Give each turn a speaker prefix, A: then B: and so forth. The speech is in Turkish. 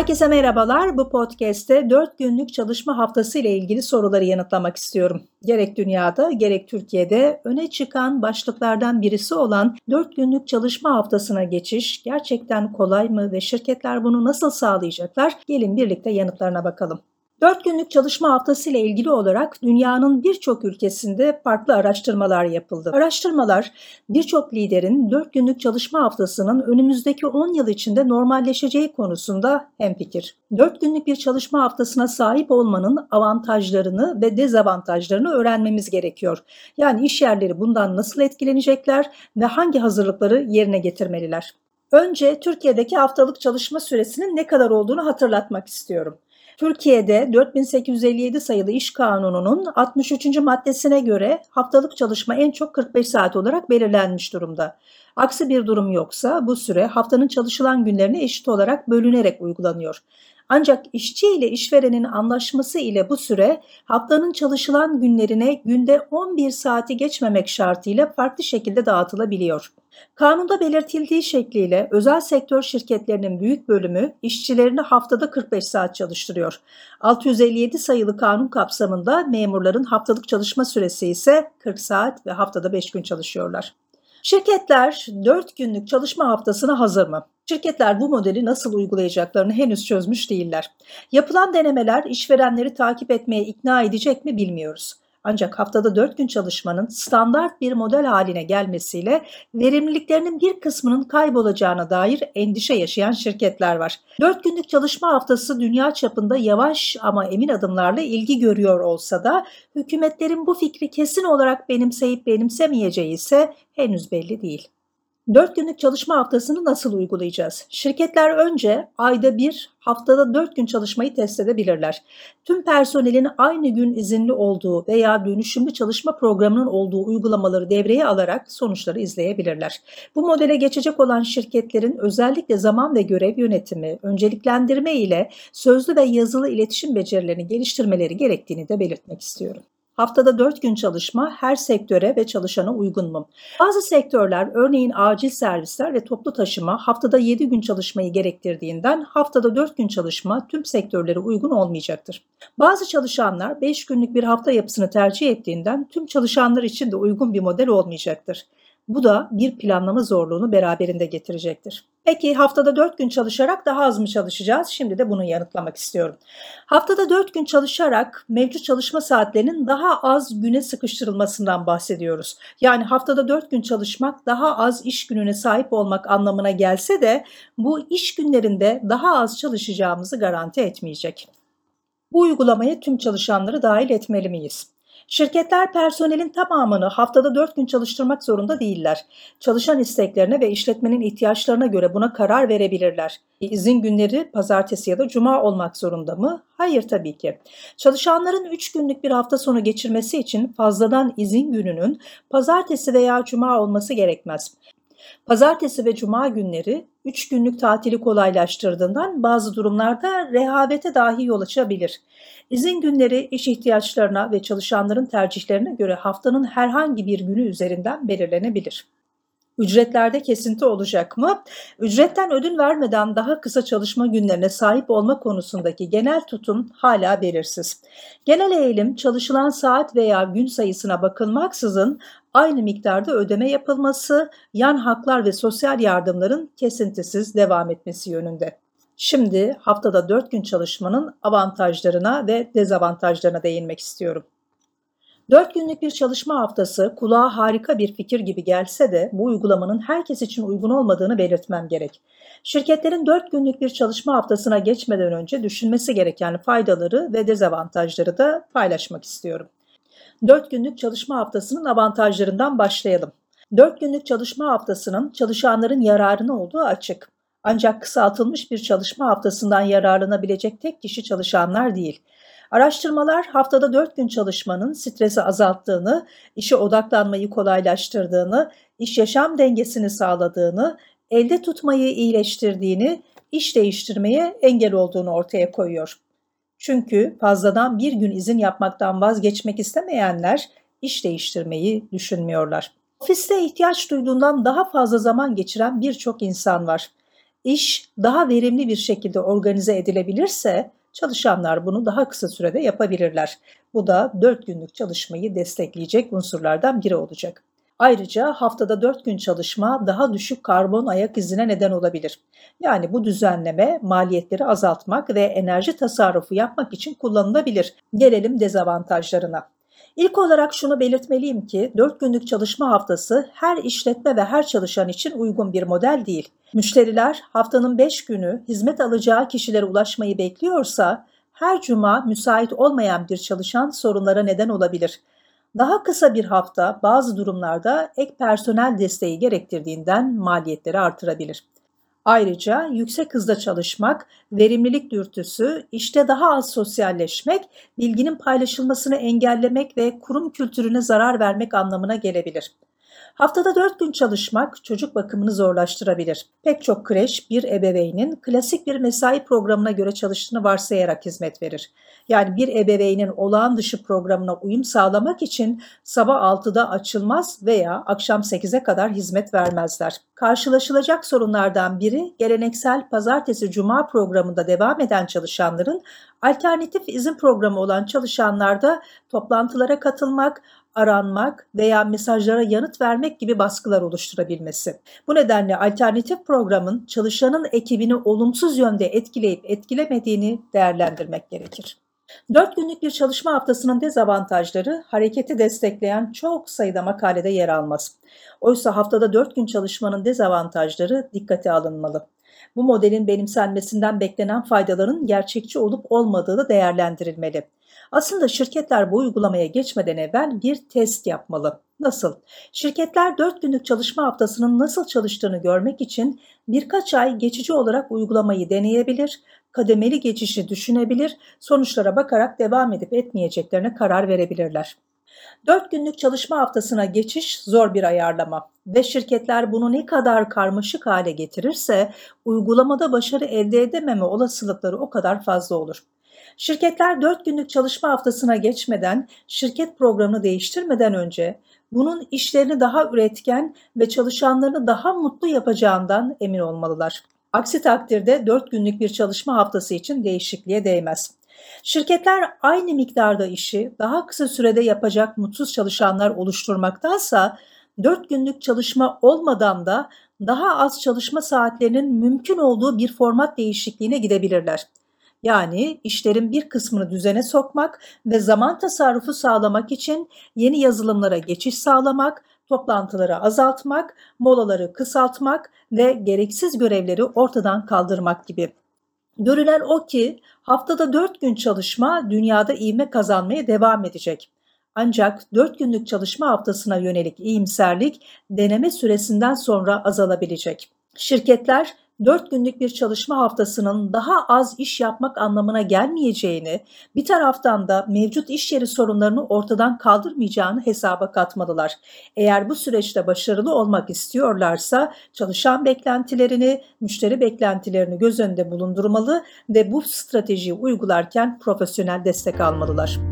A: Herkese merhabalar. Bu podcast'te 4 günlük çalışma haftası ile ilgili soruları yanıtlamak istiyorum. Gerek dünyada gerek Türkiye'de öne çıkan başlıklardan birisi olan 4 günlük çalışma haftasına geçiş gerçekten kolay mı ve şirketler bunu nasıl sağlayacaklar? Gelin birlikte yanıtlarına bakalım. 4 günlük çalışma haftası ile ilgili olarak dünyanın birçok ülkesinde farklı araştırmalar yapıldı. Araştırmalar birçok liderin 4 günlük çalışma haftasının önümüzdeki 10 yıl içinde normalleşeceği konusunda hemfikir. 4 günlük bir çalışma haftasına sahip olmanın avantajlarını ve dezavantajlarını öğrenmemiz gerekiyor. Yani iş yerleri bundan nasıl etkilenecekler ve hangi hazırlıkları yerine getirmeliler? Önce Türkiye'deki haftalık çalışma süresinin ne kadar olduğunu hatırlatmak istiyorum. Türkiye'de 4857 sayılı İş Kanunu'nun 63. maddesine göre haftalık çalışma en çok 45 saat olarak belirlenmiş durumda. Aksi bir durum yoksa bu süre haftanın çalışılan günlerine eşit olarak bölünerek uygulanıyor. Ancak işçi ile işverenin anlaşması ile bu süre haftanın çalışılan günlerine günde 11 saati geçmemek şartıyla farklı şekilde dağıtılabiliyor. Kanunda belirtildiği şekliyle özel sektör şirketlerinin büyük bölümü işçilerini haftada 45 saat çalıştırıyor. 657 sayılı kanun kapsamında memurların haftalık çalışma süresi ise 40 saat ve haftada 5 gün çalışıyorlar. Şirketler 4 günlük çalışma haftasına hazır mı? Şirketler bu modeli nasıl uygulayacaklarını henüz çözmüş değiller. Yapılan denemeler işverenleri takip etmeye ikna edecek mi bilmiyoruz. Ancak haftada 4 gün çalışmanın standart bir model haline gelmesiyle verimliliklerinin bir kısmının kaybolacağına dair endişe yaşayan şirketler var. 4 günlük çalışma haftası dünya çapında yavaş ama emin adımlarla ilgi görüyor olsa da hükümetlerin bu fikri kesin olarak benimseyip benimsemeyeceği ise henüz belli değil. 4 günlük çalışma haftasını nasıl uygulayacağız? Şirketler önce ayda bir, haftada 4 gün çalışmayı test edebilirler. Tüm personelin aynı gün izinli olduğu veya dönüşümlü çalışma programının olduğu uygulamaları devreye alarak sonuçları izleyebilirler. Bu modele geçecek olan şirketlerin özellikle zaman ve görev yönetimi, önceliklendirme ile sözlü ve yazılı iletişim becerilerini geliştirmeleri gerektiğini de belirtmek istiyorum. Haftada 4 gün çalışma her sektöre ve çalışana uygun mu? Bazı sektörler, örneğin acil servisler ve toplu taşıma haftada 7 gün çalışmayı gerektirdiğinden haftada 4 gün çalışma tüm sektörlere uygun olmayacaktır. Bazı çalışanlar 5 günlük bir hafta yapısını tercih ettiğinden tüm çalışanlar için de uygun bir model olmayacaktır. Bu da bir planlama zorluğunu beraberinde getirecektir. Peki haftada 4 gün çalışarak daha az mı çalışacağız? Şimdi de bunu yanıtlamak istiyorum. Haftada 4 gün çalışarak mevcut çalışma saatlerinin daha az güne sıkıştırılmasından bahsediyoruz. Yani haftada 4 gün çalışmak daha az iş gününe sahip olmak anlamına gelse de bu iş günlerinde daha az çalışacağımızı garanti etmeyecek. Bu uygulamaya tüm çalışanları dahil etmeli miyiz? Şirketler personelin tamamını haftada 4 gün çalıştırmak zorunda değiller. Çalışan isteklerine ve işletmenin ihtiyaçlarına göre buna karar verebilirler. İzin günleri pazartesi ya da cuma olmak zorunda mı? Hayır tabii ki. Çalışanların 3 günlük bir hafta sonu geçirmesi için fazladan izin gününün pazartesi veya cuma olması gerekmez. Pazartesi ve cuma günleri 3 günlük tatili kolaylaştırdığından bazı durumlarda rehavete dahi yol açabilir. İzin günleri iş ihtiyaçlarına ve çalışanların tercihlerine göre haftanın herhangi bir günü üzerinden belirlenebilir. Ücretlerde kesinti olacak mı? Ücretten ödün vermeden daha kısa çalışma günlerine sahip olma konusundaki genel tutum hala belirsiz. Genel eğilim çalışılan saat veya gün sayısına bakılmaksızın aynı miktarda ödeme yapılması, yan haklar ve sosyal yardımların kesintisiz devam etmesi yönünde. Şimdi haftada 4 gün çalışmanın avantajlarına ve dezavantajlarına değinmek istiyorum. 4 günlük bir çalışma haftası kulağa harika bir fikir gibi gelse de bu uygulamanın herkes için uygun olmadığını belirtmem gerek. Şirketlerin 4 günlük bir çalışma haftasına geçmeden önce düşünmesi gereken faydaları ve dezavantajları da paylaşmak istiyorum. 4 günlük çalışma haftasının avantajlarından başlayalım. 4 günlük çalışma haftasının çalışanların yararına olduğu açık. Ancak kısaltılmış bir çalışma haftasından yararlanabilecek tek kişi çalışanlar değil. Araştırmalar haftada 4 gün çalışmanın stresi azalttığını, işe odaklanmayı kolaylaştırdığını, iş-yaşam dengesini sağladığını, elde tutmayı iyileştirdiğini, iş değiştirmeye engel olduğunu ortaya koyuyor. Çünkü fazladan bir gün izin yapmaktan vazgeçmek istemeyenler iş değiştirmeyi düşünmüyorlar. Ofiste ihtiyaç duyduğundan daha fazla zaman geçiren birçok insan var. İş daha verimli bir şekilde organize edilebilirse çalışanlar bunu daha kısa sürede yapabilirler. Bu da 4 günlük çalışmayı destekleyecek unsurlardan biri olacak. Ayrıca haftada 4 gün çalışma daha düşük karbon ayak izine neden olabilir. Yani bu düzenleme maliyetleri azaltmak ve enerji tasarrufu yapmak için kullanılabilir. Gelelim dezavantajlarına. İlk olarak şunu belirtmeliyim ki 4 günlük çalışma haftası her işletme ve her çalışan için uygun bir model değil. Müşteriler haftanın 5 günü hizmet alacağı kişilere ulaşmayı bekliyorsa her cuma müsait olmayan bir çalışan sorunlara neden olabilir. Daha kısa bir hafta bazı durumlarda ek personel desteği gerektirdiğinden maliyetleri artırabilir. Ayrıca yüksek hızda çalışmak, verimlilik dürtüsü, işte daha az sosyalleşmek, bilginin paylaşılmasını engellemek ve kurum kültürüne zarar vermek anlamına gelebilir. Haftada 4 gün çalışmak çocuk bakımını zorlaştırabilir. Pek çok kreş bir ebeveynin klasik bir mesai programına göre çalıştığını varsayarak hizmet verir. Yani bir ebeveynin olağan dışı programına uyum sağlamak için sabah 6'da açılmaz veya akşam 8'e kadar hizmet vermezler. Karşılaşılacak sorunlardan biri geleneksel pazartesi-cuma programında devam eden çalışanların alternatif izin programı olan çalışanlarda toplantılara katılmak, aranmak veya mesajlara yanıt vermek gibi baskılar oluşturabilmesi. Bu nedenle alternatif programın çalışanın ekibini olumsuz yönde etkileyip etkilemediğini değerlendirmek gerekir. 4 günlük bir çalışma haftasının dezavantajları hareketi destekleyen çok sayıda makalede yer almaz. Oysa haftada 4 gün çalışmanın dezavantajları dikkate alınmalı. Bu modelin benimsenmesinden beklenen faydaların gerçekçi olup olmadığı da değerlendirilmeli. Aslında şirketler bu uygulamaya geçmeden evvel bir test yapmalı. Nasıl? Şirketler 4 günlük çalışma haftasının nasıl çalıştığını görmek için birkaç ay geçici olarak uygulamayı deneyebilir, kademeli geçişi düşünebilir, sonuçlara bakarak devam edip etmeyeceklerine karar verebilirler. 4 günlük çalışma haftasına geçiş zor bir ayarlama ve şirketler bunu ne kadar karmaşık hale getirirse uygulamada başarı elde edememe olasılıkları o kadar fazla olur. Şirketler 4 günlük çalışma haftasına geçmeden, şirket programını değiştirmeden önce bunun işlerini daha üretken ve çalışanlarını daha mutlu yapacağından emin olmalılar. Aksi takdirde 4 günlük bir çalışma haftası için değişikliğe değmez. Şirketler aynı miktarda işi daha kısa sürede yapacak mutsuz çalışanlar oluşturmaktansa 4 günlük çalışma olmadan da daha az çalışma saatlerinin mümkün olduğu bir format değişikliğine gidebilirler. Yani işlerin bir kısmını düzene sokmak ve zaman tasarrufu sağlamak için yeni yazılımlara geçiş sağlamak, toplantıları azaltmak, molaları kısaltmak ve gereksiz görevleri ortadan kaldırmak gibi. Görülen o ki haftada 4 gün çalışma dünyada ivme kazanmaya devam edecek. Ancak 4 günlük çalışma haftasına yönelik iyimserlik deneme süresinden sonra azalabilecek. Şirketler 4 günlük bir çalışma haftasının daha az iş yapmak anlamına gelmeyeceğini, bir taraftan da mevcut iş yeri sorunlarını ortadan kaldırmayacağını hesaba katmalılar. Eğer bu süreçte başarılı olmak istiyorlarsa çalışan beklentilerini, müşteri beklentilerini göz önünde bulundurmalı ve bu stratejiyi uygularken profesyonel destek almalılar.